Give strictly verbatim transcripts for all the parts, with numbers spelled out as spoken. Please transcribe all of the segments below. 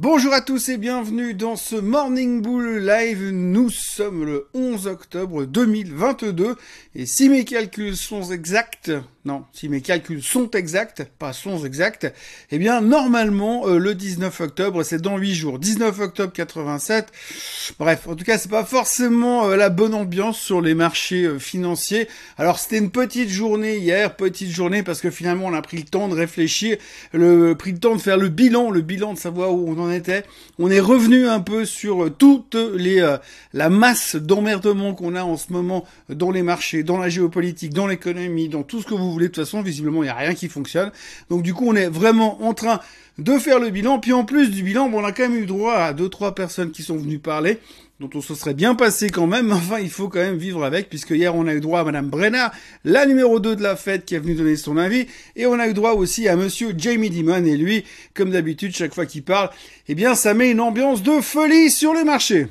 Bonjour à tous et bienvenue dans ce Morning Bull Live. Nous sommes le onze octobre deux mille vingt-deux et si mes calculs sont exacts, non, si mes calculs sont exacts, pas sont exacts, eh bien normalement euh, le dix-neuf octobre, c'est dans huit jours. dix-neuf octobre quatre-vingt-sept. Bref, en tout cas, c'est pas forcément euh, la bonne ambiance sur les marchés euh, financiers. Alors c'était une petite journée hier, petite journée parce que finalement on a pris le temps de réfléchir, le pris le temps de faire le bilan, le bilan de savoir où on en était. On est revenu un peu sur toute les euh, la masse d'emmerdements qu'on a en ce moment dans les marchés, dans la géopolitique, dans l'économie, dans tout ce que vous voulez. De toute façon, visiblement, il n'y a rien qui fonctionne. Donc du coup, on est vraiment en train de faire le bilan. Puis en plus du bilan, bon, on a quand même eu droit à deux, trois personnes qui sont venues parler, dont on se serait bien passé quand même. Enfin, il faut quand même vivre avec, puisque hier, on a eu droit à Madame Brainard, la numéro deux de la Fed, qui est venue donner son avis. Et on a eu droit aussi à Monsieur Jamie Dimon. Et lui, comme d'habitude, chaque fois qu'il parle, eh bien, ça met une ambiance de folie sur les marchés.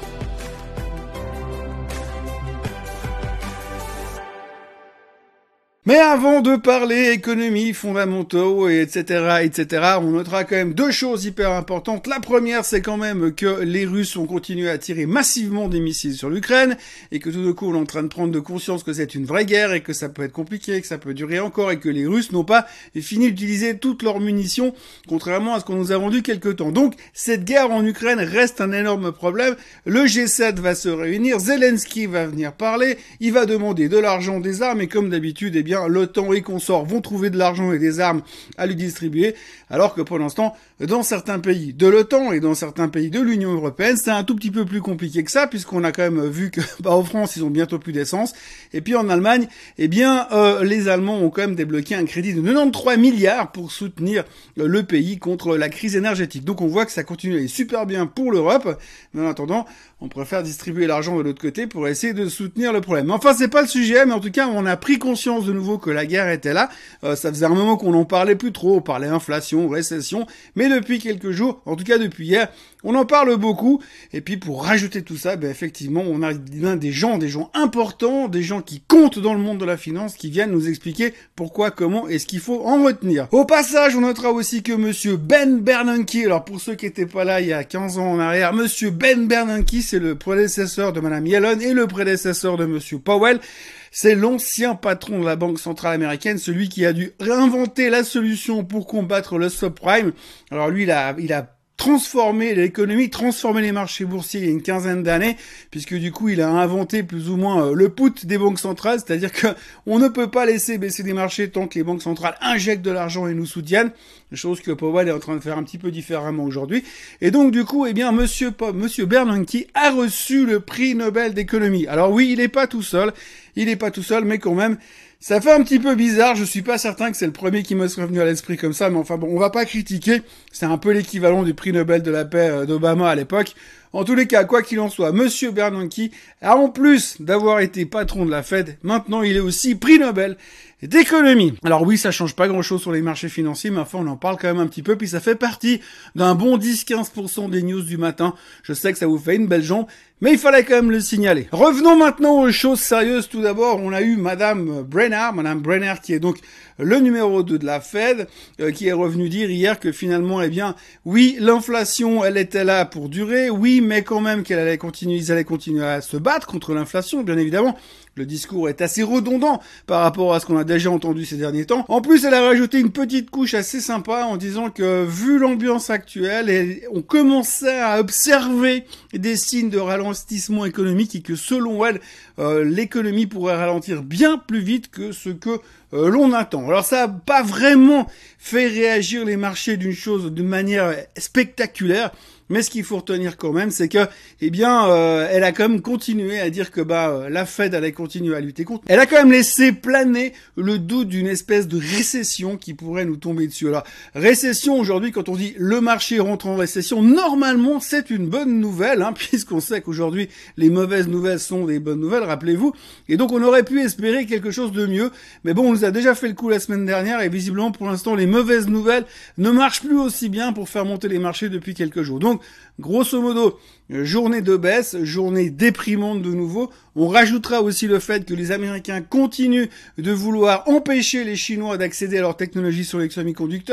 Mais avant de parler économie, fondamentaux, et etc., et cetera, on notera quand même deux choses hyper importantes. La première, c'est quand même que les Russes ont continué à tirer massivement des missiles sur l'Ukraine, et que tout d'un coup, on est en train de prendre de conscience que c'est une vraie guerre, et que ça peut être compliqué, que ça peut durer encore, et que les Russes n'ont pas fini d'utiliser toutes leurs munitions, contrairement à ce qu'on nous a vendu quelque temps. Donc, cette guerre en Ukraine reste un énorme problème. Le G sept va se réunir, Zelensky va venir parler, il va demander de l'argent, des armes, et comme d'habitude, eh bien, l'OTAN et consorts vont trouver de l'argent et des armes à lui distribuer, alors que pour l'instant, dans certains pays de l'OTAN et dans certains pays de l'Union européenne, c'est un tout petit peu plus compliqué que ça, puisqu'on a quand même vu que, bah, en France, ils ont bientôt plus d'essence, et puis en Allemagne, eh bien, euh, les Allemands ont quand même débloqué un crédit de quatre-vingt-treize milliards pour soutenir euh, le pays contre la crise énergétique. Donc on voit que ça continue à aller super bien pour l'Europe, mais en attendant, on préfère distribuer l'argent de l'autre côté pour essayer de soutenir le problème. Enfin, c'est pas le sujet, mais en tout cas, on a pris conscience de nouveau que la guerre était là. Euh, ça faisait un moment qu'on en parlait plus trop, on parlait inflation, récession, mais depuis quelques jours, en tout cas depuis hier, on en parle beaucoup. Et puis pour rajouter tout ça, ben effectivement, on a des gens, des gens importants, des gens qui comptent dans le monde de la finance, qui viennent nous expliquer pourquoi, comment et ce qu'il faut en retenir. Au passage, on notera aussi que Monsieur Ben Bernanke, alors pour ceux qui étaient pas là il y a quinze ans en arrière, Monsieur Ben Bernanke, c'est le prédécesseur de Madame Yellen et le prédécesseur de Monsieur Powell. C'est l'ancien patron de la Banque centrale américaine, celui qui a dû réinventer la solution pour combattre le subprime. Alors lui, il a, il a transformer l'économie, transformer les marchés boursiers il y a une quinzaine d'années, puisque du coup il a inventé plus ou moins euh, le put des banques centrales, c'est-à-dire que on ne peut pas laisser baisser les marchés tant que les banques centrales injectent de l'argent et nous soutiennent, chose que Powell est en train de faire un petit peu différemment aujourd'hui. Et donc du coup, eh bien Monsieur Monsieur Bernanke a reçu le prix Nobel d'économie. Alors oui, il est pas tout seul, il est pas tout seul, mais quand même. Ça fait un petit peu bizarre, je suis pas certain que c'est le premier qui me serait venu à l'esprit comme ça, mais enfin bon, on va pas critiquer, c'est un peu l'équivalent du prix Nobel de la paix d'Obama à l'époque. En tous les cas, quoi qu'il en soit, Monsieur Bernanke a en plus d'avoir été patron de la Fed, maintenant il est aussi prix Nobel d'économie. Alors oui, ça change pas grand chose sur les marchés financiers, mais enfin on en parle quand même un petit peu, puis ça fait partie d'un bon dix à quinze pour cent des news du matin. Je sais que ça vous fait une belle jambe, mais il fallait quand même le signaler. Revenons maintenant aux choses sérieuses. Tout d'abord, on a eu Madame Brainard, Madame Brainard qui est donc le numéro deux de la Fed, euh, qui est revenu dire hier que finalement, eh bien, oui, l'inflation, elle était là pour durer, oui, mais quand même qu'elle allait continuer, ils allaient continuer à se battre contre l'inflation, bien évidemment. Le discours est assez redondant par rapport à ce qu'on a déjà entendu ces derniers temps. En plus, elle a rajouté une petite couche assez sympa en disant que, vu l'ambiance actuelle, on commençait à observer des signes de ralentissement économique et que, selon elle, euh, l'économie pourrait ralentir bien plus vite que ce que euh, l'on attend. Alors, ça n'a pas vraiment fait réagir les marchés d'une chose, d'une manière spectaculaire. Mais ce qu'il faut retenir quand même, c'est que, eh bien, euh, elle a quand même continué à dire que bah la Fed allait continuer à lutter contre. Elle a quand même laissé planer le doute d'une espèce de récession qui pourrait nous tomber dessus. Alors, récession aujourd'hui, quand on dit le marché rentre en récession, normalement c'est une bonne nouvelle, hein, puisqu'on sait qu'aujourd'hui les mauvaises nouvelles sont des bonnes nouvelles, rappelez-vous. Et donc on aurait pu espérer quelque chose de mieux. Mais bon, on nous a déjà fait le coup la semaine dernière et visiblement pour l'instant les mauvaises nouvelles ne marchent plus aussi bien pour faire monter les marchés depuis quelques jours. Donc grosso modo, journée de baisse, journée déprimante de nouveau. On rajoutera aussi le fait que les Américains continuent de vouloir empêcher les Chinois d'accéder à leur technologie sur les semi-conducteurs.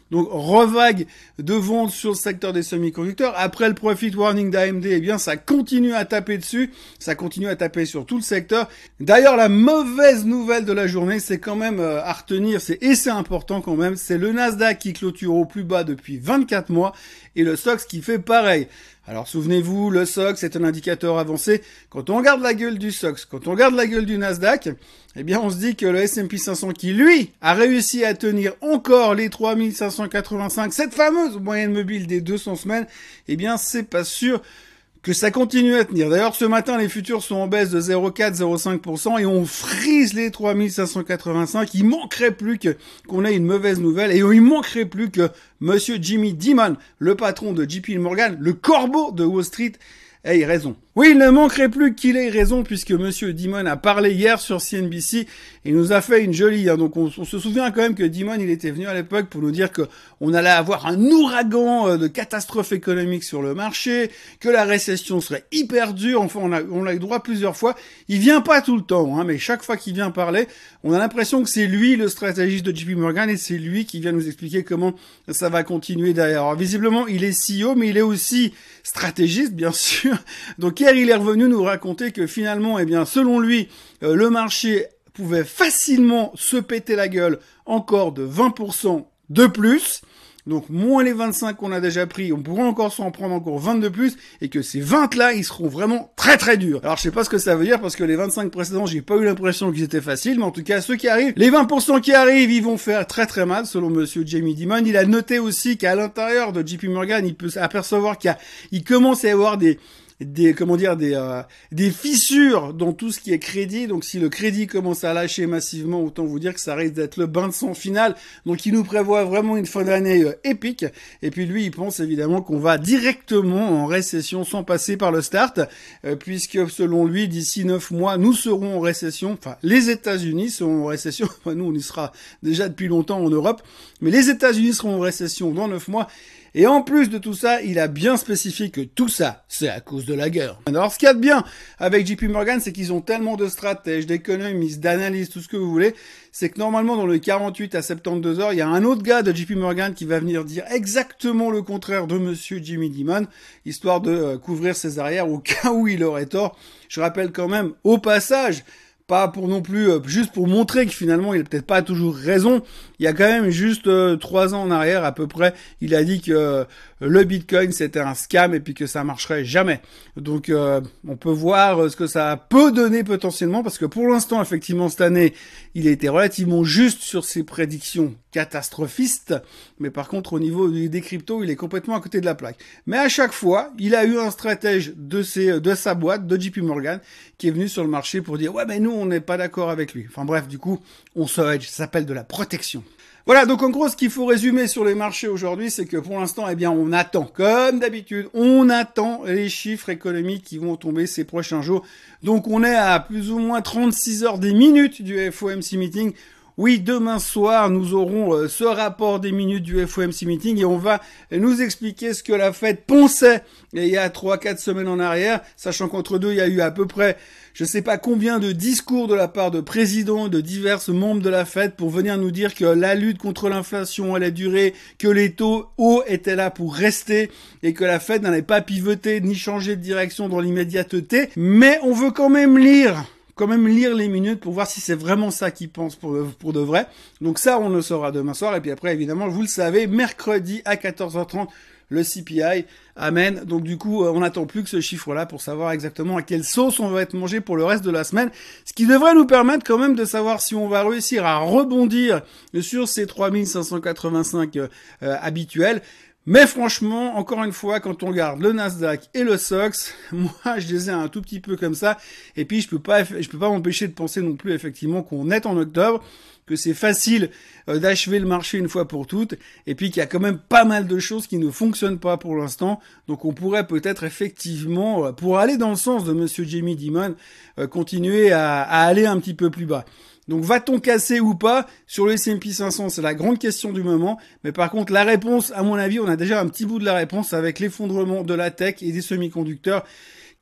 Donc, revague de vente sur le secteur des semi-conducteurs. Après le profit warning d'A M D, eh bien, ça continue à taper dessus. Ça continue à taper sur tout le secteur. D'ailleurs, la mauvaise nouvelle de la journée, c'est quand même euh, à retenir, c'est, et c'est important quand même, c'est le Nasdaq qui clôture au plus bas depuis vingt-quatre mois et le S O X qui fait pareil. Alors souvenez-vous, le S O X est un indicateur avancé. Quand on regarde la gueule du S O X, quand on regarde la gueule du Nasdaq, eh bien on se dit que le S and P cinq cents qui, lui, a réussi à tenir encore les trois mille cinq cent quatre-vingt-cinq, cette fameuse moyenne mobile des deux cents semaines, eh bien c'est pas sûr que ça continue à tenir. D'ailleurs, ce matin, les futurs sont en baisse de zéro virgule quatre à zéro virgule cinq pour cent et on frise les trois mille cinq cent quatre-vingt-cinq. Il manquerait plus que qu'on ait une mauvaise nouvelle et il manquerait plus que Monsieur Jimmy Dimon, le patron de J P Morgan, le corbeau de Wall Street, ait raison. Oui, il ne manquerait plus qu'il ait raison puisque Monsieur Dimon a parlé hier sur C N B C et nous a fait une jolie. Hein, donc on, on se souvient quand même que Dimon, il était venu à l'époque pour nous dire que on allait avoir un ouragan de catastrophe économique sur le marché, que la récession serait hyper dure. Enfin, on a, on l'a eu droit plusieurs fois. Il vient pas tout le temps, hein, mais chaque fois qu'il vient parler, on a l'impression que c'est lui le stratégiste de J P Morgan et c'est lui qui vient nous expliquer comment ça va continuer derrière. Alors visiblement, il est C E O, mais il est aussi stratégiste, bien sûr. Donc hier, il est revenu nous raconter que finalement, eh bien, selon lui, euh, le marché pouvait facilement se péter la gueule encore de vingt pour cent de plus. Donc, moins les vingt-cinq qu'on a déjà pris, on pourrait encore s'en prendre encore vingt de plus, et que ces vingt-là, ils seront vraiment très très durs. Alors, je sais pas ce que ça veut dire, parce que les vingt-cinq précédents, j'ai pas eu l'impression qu'ils étaient faciles, mais en tout cas, ceux qui arrivent, les vingt pour cent qui arrivent, ils vont faire très très mal, selon Monsieur Jamie Dimon. Il a noté aussi qu'à l'intérieur de J P Morgan, il peut apercevoir qu'il y a, il commence à y avoir des, des comment dire des euh, des fissures dans tout ce qui est crédit. Donc si le crédit commence à lâcher massivement, autant vous dire que ça risque d'être le bain de sang final. Donc il nous prévoit vraiment une fin d'année euh, épique. Et puis lui, il pense évidemment qu'on va directement en récession sans passer par le start, euh, puisque selon lui, d'ici neuf mois, nous serons en récession. Enfin, les États-Unis seront en récession. Enfin, nous, on y sera déjà depuis longtemps en Europe, mais les États-Unis seront en récession dans neuf mois. Et en plus de tout ça, il a bien spécifié que tout ça, c'est à cause de la guerre. Alors, ce qu'il y a de bien avec J P Morgan, c'est qu'ils ont tellement de stratèges, d'économistes, d'analystes, tout ce que vous voulez, c'est que normalement, dans le quarante-huit à soixante-douze heures, il y a un autre gars de J P Morgan qui va venir dire exactement le contraire de Monsieur Jimmy Dimon, histoire de euh, couvrir ses arrières au cas où il aurait tort. Je rappelle quand même, au passage, pas pour non plus, euh, juste pour montrer que finalement il a peut-être pas toujours raison. Il y a quand même juste euh, trois ans en arrière à peu près, il a dit que euh, le Bitcoin c'était un scam et puis que ça marcherait jamais. Donc euh, on peut voir euh, ce que ça peut donner potentiellement parce que pour l'instant effectivement cette année il a été relativement juste sur ses prédictions catastrophistes, mais par contre au niveau des cryptos il est complètement à côté de la plaque. Mais à chaque fois il a eu un stratège de ses de sa boîte de J P Morgan qui est venu sur le marché pour dire ouais mais nous on n'est pas d'accord avec lui. Enfin bref du coup on se hedge, ça s'appelle de la protection. Voilà, donc en gros, ce qu'il faut résumer sur les marchés aujourd'hui, c'est que pour l'instant, eh bien, on attend, comme d'habitude, on attend les chiffres économiques qui vont tomber ces prochains jours. Donc on est à plus ou moins trente-six heures des minutes du F O M C Meeting. Oui, demain soir, nous aurons euh, ce rapport des minutes du F O M C Meeting et on va nous expliquer ce que la Fed pensait il y a trois quatre semaines en arrière, sachant qu'entre deux, il y a eu à peu près, je sais pas combien de discours de la part de présidents, de divers membres de la Fed pour venir nous dire que la lutte contre l'inflation allait durer, que les taux hauts étaient là pour rester et que la Fed n'allait pas pivoter ni changer de direction dans l'immédiateté. Mais on veut quand même lire quand même lire les minutes pour voir si c'est vraiment ça qu'ils pensent pour, pour de vrai. Donc ça, on le saura demain soir. Et puis après, évidemment, vous le savez, mercredi à quatorze heures trente, le C P I. Amen. Donc du coup, on n'attend plus que ce chiffre-là pour savoir exactement à quelle sauce on va être mangé pour le reste de la semaine. Ce qui devrait nous permettre quand même de savoir si on va réussir à rebondir sur ces trois mille cinq cent quatre-vingt-cinq euh, habituels. Mais franchement, encore une fois, quand on regarde le Nasdaq et le S O X, moi, je les ai un tout petit peu comme ça. Et puis, je peux pas, je peux pas m'empêcher de penser non plus, effectivement, qu'on est en octobre, que c'est facile euh, d'achever le marché une fois pour toutes, et puis qu'il y a quand même pas mal de choses qui ne fonctionnent pas pour l'instant. Donc, on pourrait peut-être effectivement, euh, pour aller dans le sens de Monsieur Jamie Dimon, euh, continuer à, à aller un petit peu plus bas. Donc va-t-on casser ou pas sur le S and P cinq cents? C'est la grande question du moment. Mais par contre, la réponse, à mon avis, on a déjà un petit bout de la réponse avec l'effondrement de la tech et des semi-conducteurs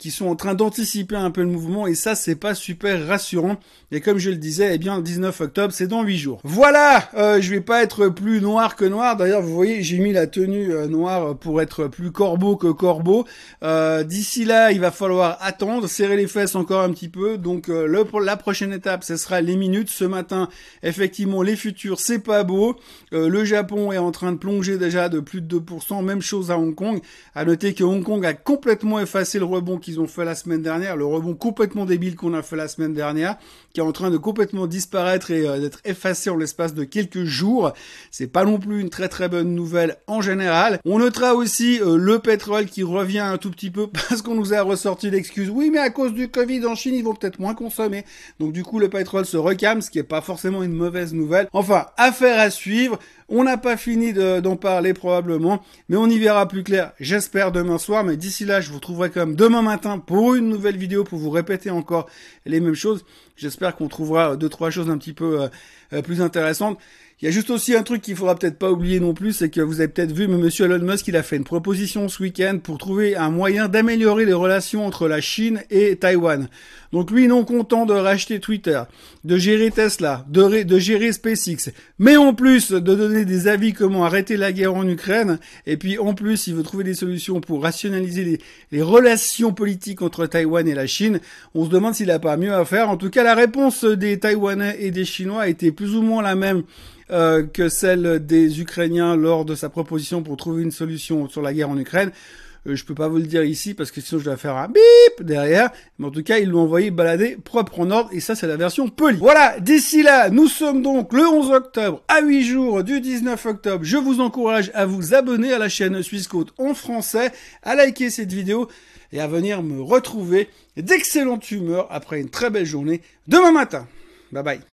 qui sont en train d'anticiper un peu le mouvement, et ça, c'est pas super rassurant. Et comme je le disais, eh bien, le dix-neuf octobre, c'est dans huit jours. Voilà, euh, je vais pas être plus noir que noir. D'ailleurs, vous voyez, j'ai mis la tenue euh, noire pour être plus corbeau que corbeau. Euh, d'ici là, il va falloir attendre, serrer les fesses encore un petit peu. Donc, euh, le, pour la prochaine étape, ce sera les minutes. Ce matin, effectivement, les futurs, c'est pas beau. Euh, le Japon est en train de plonger déjà de plus de deux pour cent. Même chose à Hong Kong. À noter que Hong Kong a complètement effacé le rebond qu'ils ont fait la semaine dernière, le rebond complètement débile qu'on a fait la semaine dernière, qui est en train de complètement disparaître et euh, d'être effacé en l'espace de quelques jours. C'est pas non plus une très très bonne nouvelle en général. On notera aussi euh, le pétrole qui revient un tout petit peu parce qu'on nous a ressorti l'excuse. Oui, mais à cause du Covid en Chine, ils vont peut-être moins consommer. Donc du coup, le pétrole se recalme, ce qui est pas forcément une mauvaise nouvelle. Enfin, affaire à suivre. On n'a pas fini de, d'en parler probablement, mais on y verra plus clair, j'espère, demain soir. Mais d'ici là, je vous retrouverai quand même demain matin pour une nouvelle vidéo, pour vous répéter encore les mêmes choses. J'espère qu'on trouvera deux, trois choses un petit peu euh, plus intéressantes. Il y a juste aussi un truc qu'il faudra peut-être pas oublier non plus, c'est que vous avez peut-être vu, mais monsieur Elon Musk, il a fait une proposition ce week-end pour trouver un moyen d'améliorer les relations entre la Chine et Taïwan. Donc lui, non content de racheter Twitter, de gérer Tesla, de, ré, de gérer SpaceX, mais en plus de donner des avis comment arrêter la guerre en Ukraine, et puis en plus, il veut trouver des solutions pour rationaliser les, les relations politiques entre Taïwan et la Chine. On se demande s'il a pas mieux à faire. En tout cas, la réponse des Taïwanais et des Chinois était plus ou moins la même Euh, que celle des Ukrainiens lors de sa proposition pour trouver une solution sur la guerre en Ukraine. Euh, je peux pas vous le dire ici parce que sinon je dois faire un bip derrière. Mais en tout cas, ils l'ont envoyé balader propre en ordre et ça, c'est la version polie. Voilà, d'ici là, nous sommes donc le onze octobre, à huit jours du dix-neuf octobre. Je vous encourage à vous abonner à la chaîne Suisse Côte en français, à liker cette vidéo et à venir me retrouver d'excellente humeur après une très belle journée demain matin. Bye bye.